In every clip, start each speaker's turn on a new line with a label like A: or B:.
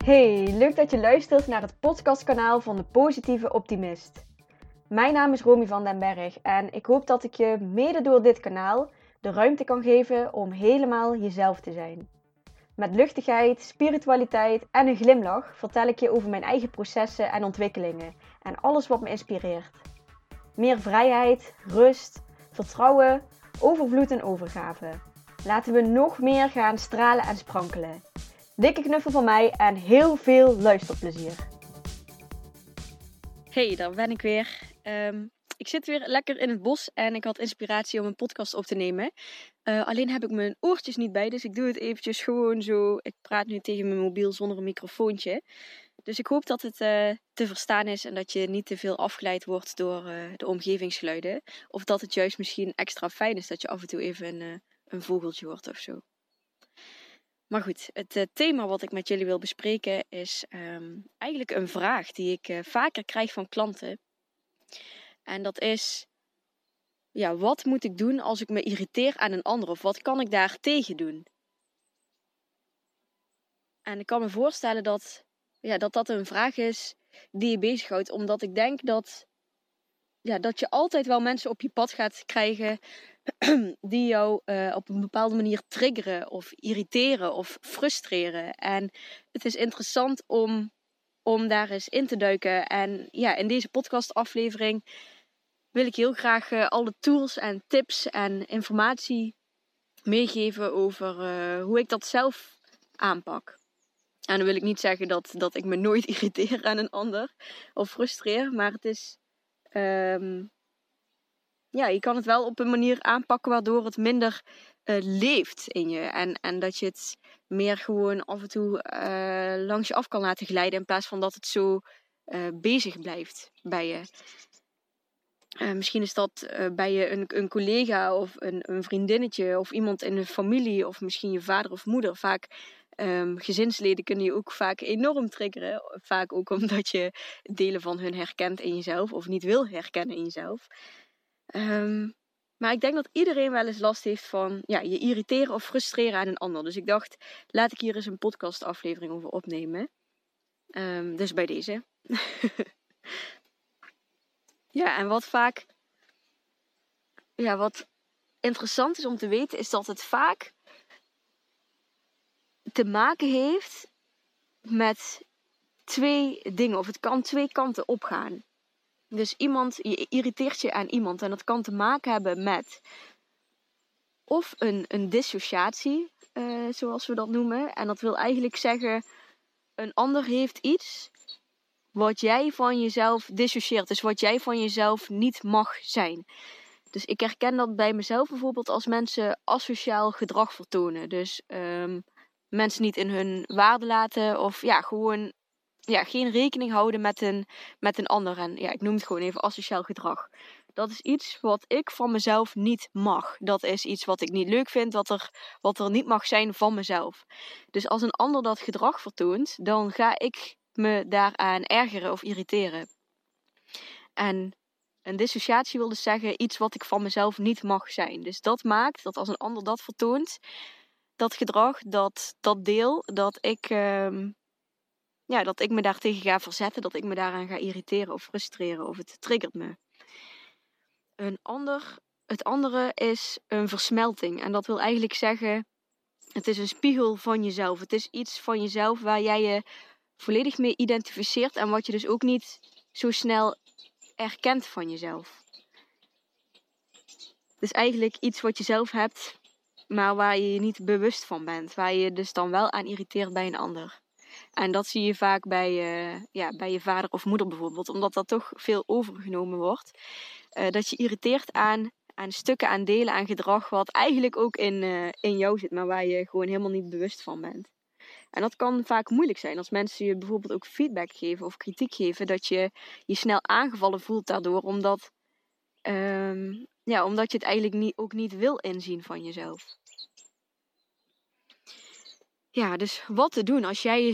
A: Hey, leuk dat je luistert naar het podcastkanaal van de Positieve Optimist. Mijn naam is Romy van den Berg en ik hoop dat ik je mede door dit kanaal de ruimte kan geven om helemaal jezelf te zijn. Met luchtigheid, spiritualiteit en een glimlach vertel ik je over mijn eigen processen en ontwikkelingen en alles wat me inspireert. Meer vrijheid, rust, vertrouwen, overvloed en overgave. Laten we nog meer gaan stralen en sprankelen. Dikke knuffel van mij en heel veel luisterplezier. Hey, daar ben ik weer. Ik zit weer lekker in het bos en ik had inspiratie om een podcast op te nemen. Alleen heb ik mijn oortjes niet bij, dus ik doe het eventjes gewoon zo. Ik praat nu tegen mijn mobiel zonder een microfoontje. Dus ik hoop dat het te verstaan is en dat je niet te veel afgeleid wordt door de omgevingsgeluiden. Of dat het juist misschien extra fijn is dat je af en toe even een vogeltje hoort of zo. Maar goed, het thema wat ik met jullie wil bespreken is eigenlijk een vraag die ik vaker krijg van klanten. En dat is, ja, wat moet ik doen als ik me irriteer aan een ander? Of wat kan ik daar tegen doen? En ik kan me voorstellen dat dat een vraag is die je bezighoudt. Omdat ik denk dat je altijd wel mensen op je pad gaat krijgen die jou op een bepaalde manier triggeren of irriteren of frustreren. En het is interessant om daar eens in te duiken. En ja, in deze podcastaflevering wil ik heel graag alle tools en tips en informatie meegeven over hoe ik dat zelf aanpak. En dan wil ik niet zeggen dat ik me nooit irriteer aan een ander of frustreer, maar het is je kan het wel op een manier aanpakken waardoor het minder leeft in je. En dat je het meer gewoon af en toe langs je af kan laten glijden in plaats van dat het zo bezig blijft bij je. Misschien is dat bij je een collega of een vriendinnetje of iemand in de familie of misschien je vader of moeder. Vaak gezinsleden kunnen je ook vaak enorm triggeren. Vaak ook omdat je delen van hun herkent in jezelf of niet wil herkennen in jezelf. Maar ik denk dat iedereen wel eens last heeft van je irriteren of frustreren aan een ander. Dus ik dacht, laat ik hier eens een podcastaflevering over opnemen. Dus bij deze. Ja, en wat interessant is om te weten, is dat het vaak te maken heeft met twee dingen. Of het kan twee kanten opgaan. Dus je irriteert je aan iemand en dat kan te maken hebben met of een dissociatie, zoals we dat noemen. En dat wil eigenlijk zeggen, een ander heeft iets wat jij van jezelf dissocieert. Dus wat jij van jezelf niet mag zijn. Dus ik herken dat bij mezelf bijvoorbeeld als mensen asociaal gedrag vertonen. Dus mensen niet in hun waarde laten of gewoon geen rekening houden met een ander. En ik noem het gewoon even asociaal gedrag. Dat is iets wat ik van mezelf niet mag. Dat is iets wat ik niet leuk vind, wat er niet mag zijn van mezelf. Dus als een ander dat gedrag vertoont, dan ga ik me daaraan ergeren of irriteren. En een dissociatie wil dus zeggen iets wat ik van mezelf niet mag zijn. Dus dat maakt dat als een ander dat vertoont, dat gedrag, dat deel, dat ik me daartegen ga verzetten, dat ik me daaraan ga irriteren of frustreren of het triggert me. Het andere is een versmelting. En dat wil eigenlijk zeggen, het is een spiegel van jezelf. Het is iets van jezelf waar jij je volledig mee identificeert en wat je dus ook niet zo snel erkent van jezelf. Het is eigenlijk iets wat je zelf hebt, maar waar je je niet bewust van bent. Waar je dus dan wel aan irriteert bij een ander. En dat zie je vaak bij je vader of moeder bijvoorbeeld. Omdat dat toch veel overgenomen wordt. Dat je irriteert aan stukken, aan delen, aan gedrag. Wat eigenlijk ook in jou zit. Maar waar je gewoon helemaal niet bewust van bent. En dat kan vaak moeilijk zijn. Als mensen je bijvoorbeeld ook feedback geven of kritiek geven. Dat je je snel aangevallen voelt daardoor. Omdat je het eigenlijk ook niet wil inzien van jezelf. Ja, dus wat te doen als jij je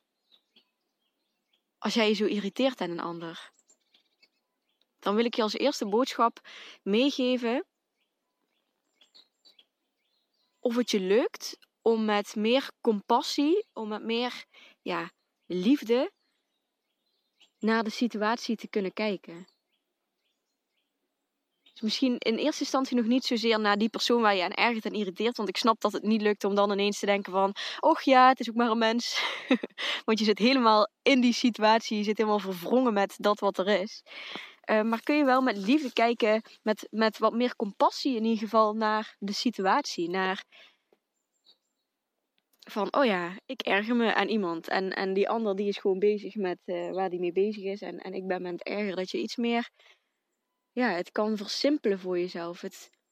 A: zo irriteert aan een ander? Dan wil ik je als eerste boodschap meegeven of het je lukt om met meer compassie, om met meer liefde naar de situatie te kunnen kijken. Dus misschien in eerste instantie nog niet zozeer naar die persoon waar je aan ergert en irriteert. Want ik snap dat het niet lukt om dan ineens te denken van... Och ja, het is ook maar een mens. Want je zit helemaal in die situatie. Je zit helemaal verwrongen met dat wat er is. Maar kun je wel met liefde kijken, met wat meer compassie in ieder geval naar de situatie. Naar van, oh ja, ik erger me aan iemand. En die ander die is gewoon bezig met waar die mee bezig is. En ik ben me aan het ergeren. Dat je iets meer, ja, het kan versimpelen voor jezelf.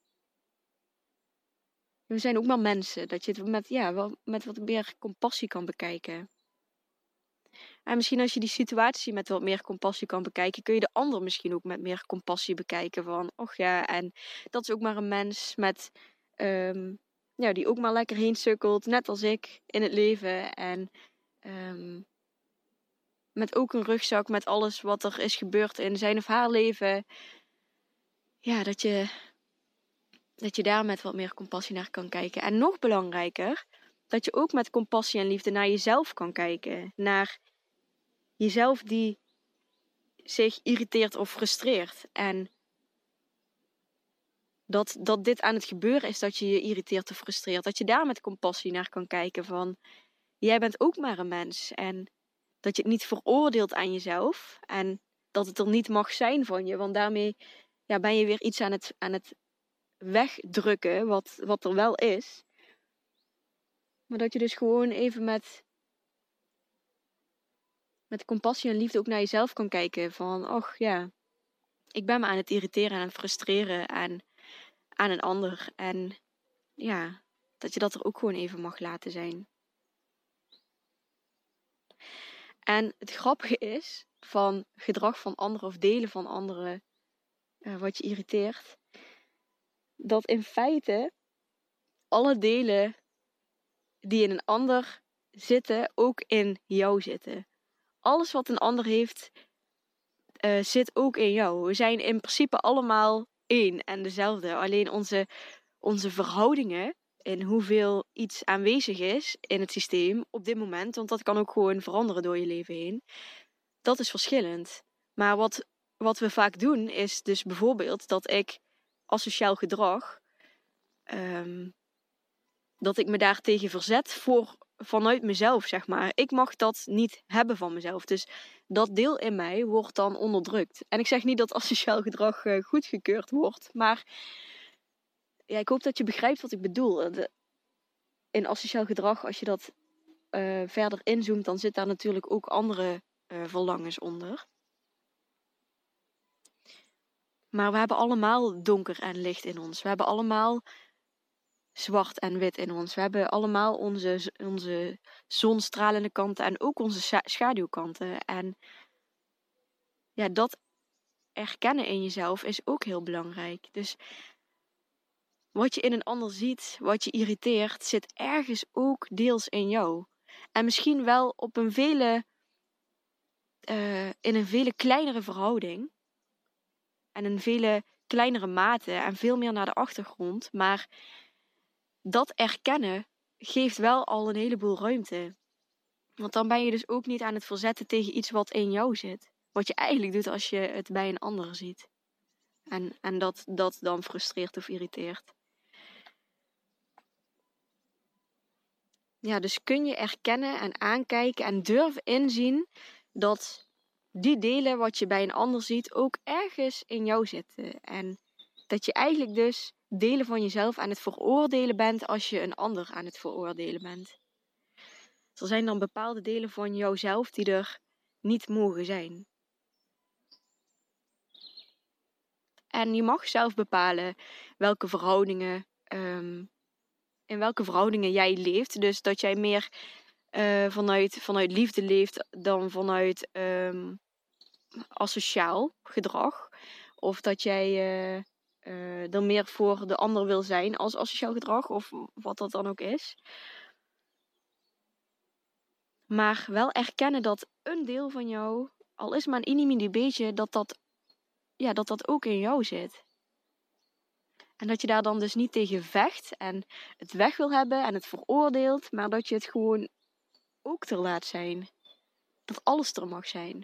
A: We zijn ook maar mensen. Dat je het met wat meer compassie kan bekijken. En misschien als je die situatie met wat meer compassie kan bekijken, kun je de ander misschien ook met meer compassie bekijken. Van, och ja, en dat is ook maar een mens met, die ook maar lekker heen sukkelt, net als ik, in het leven. En met ook een rugzak met alles wat er is gebeurd in zijn of haar leven. Ja, dat je daar met wat meer compassie naar kan kijken. En nog belangrijker, dat je ook met compassie en liefde naar jezelf kan kijken. Naar jezelf die zich irriteert of frustreert. En dat dit aan het gebeuren is, dat je je irriteert of frustreert. Dat je daar met compassie naar kan kijken van... Jij bent ook maar een mens. En dat je het niet veroordeelt aan jezelf. En dat het er niet mag zijn van je. Want daarmee ben je weer iets aan het wegdrukken wat er wel is. Maar dat je dus gewoon even met compassie en liefde ook naar jezelf kan kijken. Van, och ja, ik ben me aan het irriteren en aan het frustreren aan een ander. En ja, dat je dat er ook gewoon even mag laten zijn. En het grappige is van gedrag van anderen of delen van anderen wat je irriteert. Dat in feite alle delen die in een ander zitten ook in jou zitten. Alles wat een ander heeft zit ook in jou. We zijn in principe allemaal één en dezelfde. Alleen onze verhoudingen in hoeveel iets aanwezig is in het systeem op dit moment, want dat kan ook gewoon veranderen door je leven heen, dat is verschillend. Maar wat we vaak doen is dus bijvoorbeeld dat ik asociaal gedrag, dat ik me daartegen verzet vanuit mezelf, zeg maar. Ik mag dat niet hebben van mezelf. Dus dat deel in mij wordt dan onderdrukt. En ik zeg niet dat asociaal gedrag goedgekeurd wordt, maar ja, ik hoop dat je begrijpt wat ik bedoel. In asociaal gedrag, als je dat verder inzoomt, dan zit daar natuurlijk ook andere verlangens onder. Maar we hebben allemaal donker en licht in ons. We hebben allemaal zwart en wit in ons. We hebben allemaal onze zonstralende kanten en ook onze schaduwkanten. En ja, dat erkennen in jezelf is ook heel belangrijk. Dus wat je in een ander ziet, wat je irriteert, zit ergens ook deels in jou. En misschien wel op in een vele kleinere verhouding. En in vele kleinere mate en veel meer naar de achtergrond. Maar dat erkennen geeft wel al een heleboel ruimte. Want dan ben je dus ook niet aan het verzetten tegen iets wat in jou zit. Wat je eigenlijk doet als je het bij een ander ziet. En dat dan frustreert of irriteert. Ja, dus kun je erkennen en aankijken en durven inzien dat die delen wat je bij een ander ziet ook ergens in jou zitten. En dat je eigenlijk dus delen van jezelf aan het veroordelen bent als je een ander aan het veroordelen bent. Dus er zijn dan bepaalde delen van jouzelf die er niet mogen zijn. En je mag zelf bepalen welke verhoudingen, in welke verhoudingen jij leeft. Dus dat jij meer vanuit liefde leeft dan vanuit asociaal gedrag. Of dat jij er meer voor de ander wil zijn als asociaal gedrag. Of wat dat dan ook is. Maar wel erkennen dat een deel van jou, al is maar een mini beetje, dat ook in jou zit. En dat je daar dan dus niet tegen vecht en het weg wil hebben en het veroordeelt, maar dat je het gewoon ook er laat zijn. Dat alles er mag zijn.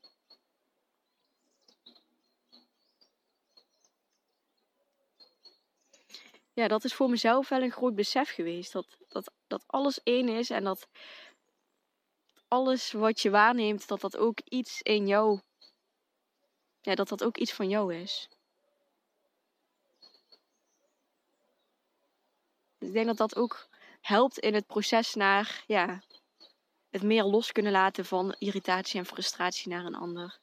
A: Ja, dat is voor mezelf wel een groot besef geweest. Dat alles één is en dat alles wat je waarneemt, dat ook iets in jou, ja, dat ook iets van jou is. Ik denk dat dat ook helpt in het proces naar, ja, het meer los kunnen laten van irritatie en frustratie naar een ander.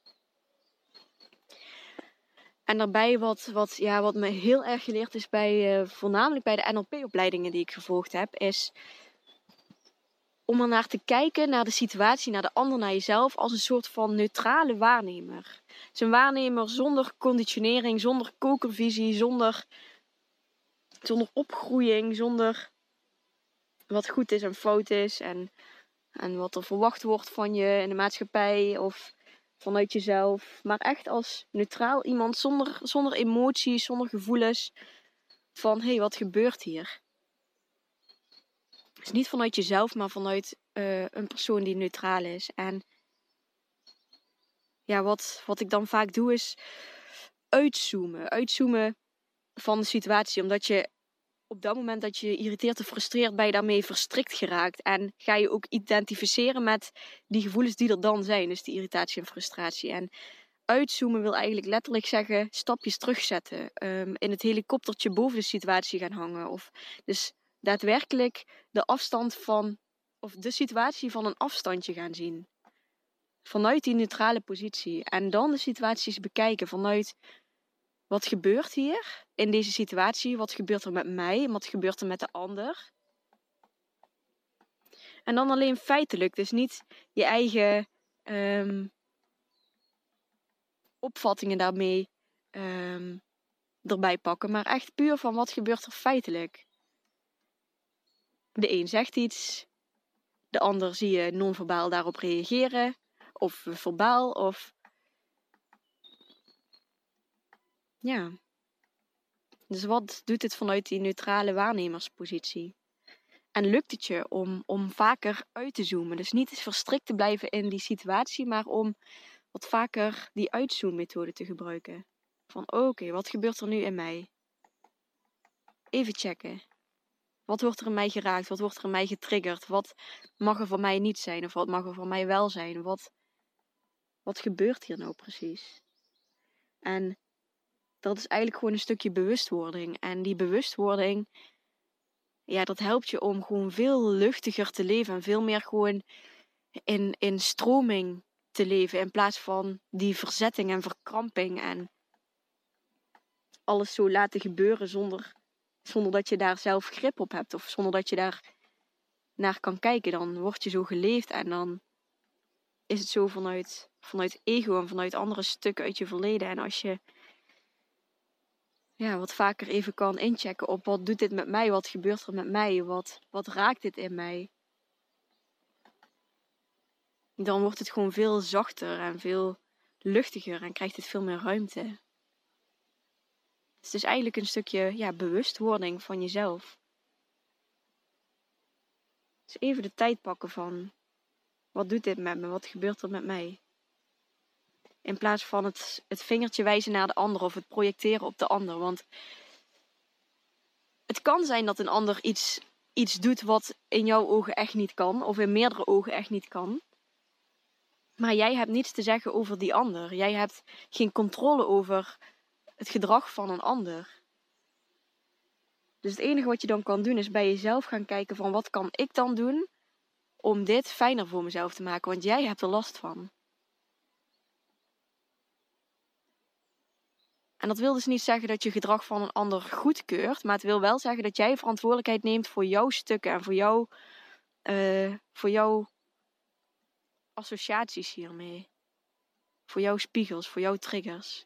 A: En daarbij wat me heel erg geleerd is voornamelijk bij de NLP-opleidingen die ik gevolgd heb, is om er naar te kijken, naar de situatie, naar de ander, naar jezelf, als een soort van neutrale waarnemer. Dus een waarnemer zonder conditionering, zonder kokervisie, zonder opgroeiing, zonder wat goed is en fout is en wat er verwacht wordt van je in de maatschappij of vanuit jezelf. Maar echt als neutraal iemand zonder emoties, zonder gevoelens van hé, wat gebeurt hier? Dus niet vanuit jezelf, maar vanuit een persoon die neutraal is. En ja, wat ik dan vaak doe is uitzoomen van de situatie. Omdat je op dat moment dat je je irriteert of frustreert, ben je daarmee verstrikt geraakt. En ga je ook identificeren met die gevoelens die er dan zijn. Dus die irritatie en frustratie. En uitzoomen wil eigenlijk letterlijk zeggen stapjes terugzetten. In het helikoptertje boven de situatie gaan hangen. Of dus daadwerkelijk de afstand van, of de situatie van een afstandje gaan zien. Vanuit die neutrale positie. En dan de situaties bekijken vanuit wat gebeurt hier in deze situatie? Wat gebeurt er met mij? En wat gebeurt er met de ander? En dan alleen feitelijk. Dus niet je eigen opvattingen daarmee erbij pakken. Maar echt puur van wat gebeurt er feitelijk. De een zegt iets. De ander zie je non-verbaal daarop reageren. Of verbaal. Of ja. Dus wat doet het vanuit die neutrale waarnemerspositie? En lukt het je om vaker uit te zoomen? Dus niet eens verstrikt te blijven in die situatie, maar om wat vaker die uitzoommethode te gebruiken. Van oké, wat gebeurt er nu in mij? Even checken. Wat wordt er in mij geraakt? Wat wordt er in mij getriggerd? Wat mag er van mij niet zijn? Of wat mag er van mij wel zijn? Wat gebeurt hier nou precies? En dat is eigenlijk gewoon een stukje bewustwording. En die bewustwording, ja, dat helpt je om gewoon veel luchtiger te leven. En veel meer gewoon in stroming te leven. In plaats van die verzetting en verkramping. En alles zo laten gebeuren zonder dat je daar zelf grip op hebt. Of zonder dat je daar naar kan kijken. Dan word je zo geleefd. En dan is het zo vanuit ego en vanuit andere stukken uit je verleden. En als je wat vaker even kan inchecken op wat doet dit met mij? Wat gebeurt er met mij? Wat raakt dit in mij? Dan wordt het gewoon veel zachter en veel luchtiger en krijgt het veel meer ruimte. Het is eigenlijk een stukje bewustwording van jezelf. Dus even de tijd pakken van wat doet dit met me? Wat gebeurt er met mij? In plaats van het vingertje wijzen naar de ander of het projecteren op de ander. Want het kan zijn dat een ander iets doet wat in jouw ogen echt niet kan. Of in meerdere ogen echt niet kan. Maar jij hebt niets te zeggen over die ander. Jij hebt geen controle over het gedrag van een ander. Dus het enige wat je dan kan doen is bij jezelf gaan kijken van wat kan ik dan doen om dit fijner voor mezelf te maken. Want jij hebt er last van. En dat wil dus niet zeggen dat je gedrag van een ander goedkeurt. Maar het wil wel zeggen dat jij verantwoordelijkheid neemt voor jouw stukken. En voor jouw associaties hiermee. Voor jouw spiegels, voor jouw triggers.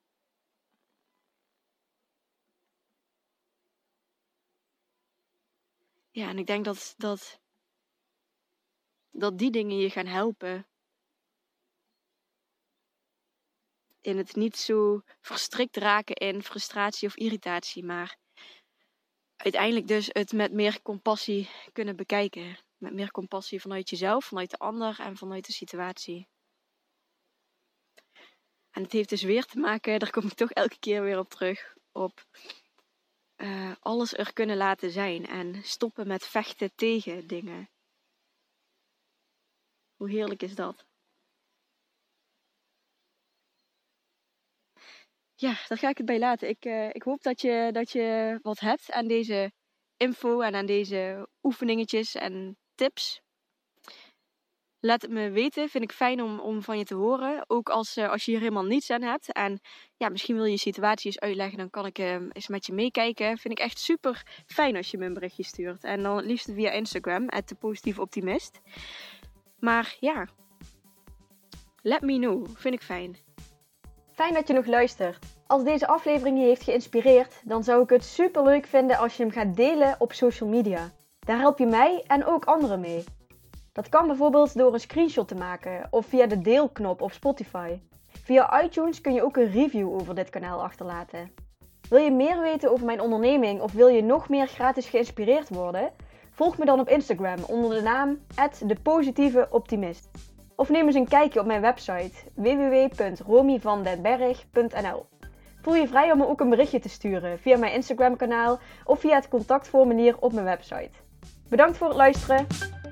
A: Ja, en ik denk dat die dingen je gaan helpen. In het niet zo verstrikt raken in frustratie of irritatie. Maar uiteindelijk dus het met meer compassie kunnen bekijken. Met meer compassie vanuit jezelf, vanuit de ander en vanuit de situatie. En het heeft dus weer te maken, daar kom ik toch elke keer weer op terug, op alles er kunnen laten zijn en stoppen met vechten tegen dingen. Hoe heerlijk is dat? Ja, daar ga ik het bij laten. Ik hoop dat je wat hebt aan deze info en aan deze oefeningetjes en tips. Laat het me weten. Vind ik fijn om van je te horen. Ook als je hier helemaal niets aan hebt. En ja, misschien wil je situatie eens uitleggen. Dan kan ik eens met je meekijken. Vind ik echt super fijn als je me een berichtje stuurt. En dan het liefst via Instagram, @depositiefoptimist. Maar ja, let me know. Vind ik fijn.
B: Fijn dat je nog luistert. Als deze aflevering je heeft geïnspireerd, dan zou ik het super leuk vinden als je hem gaat delen op social media. Daar help je mij en ook anderen mee. Dat kan bijvoorbeeld door een screenshot te maken of via de deelknop op Spotify. Via iTunes kun je ook een review over dit kanaal achterlaten. Wil je meer weten over mijn onderneming of wil je nog meer gratis geïnspireerd worden? Volg me dan op Instagram onder de naam @depositieveoptimist. Of neem eens een kijkje op mijn website www.romyvandenberg.nl. Voel je vrij om me ook een berichtje te sturen via mijn Instagram kanaal of via het contactformulier op mijn website. Bedankt voor het luisteren!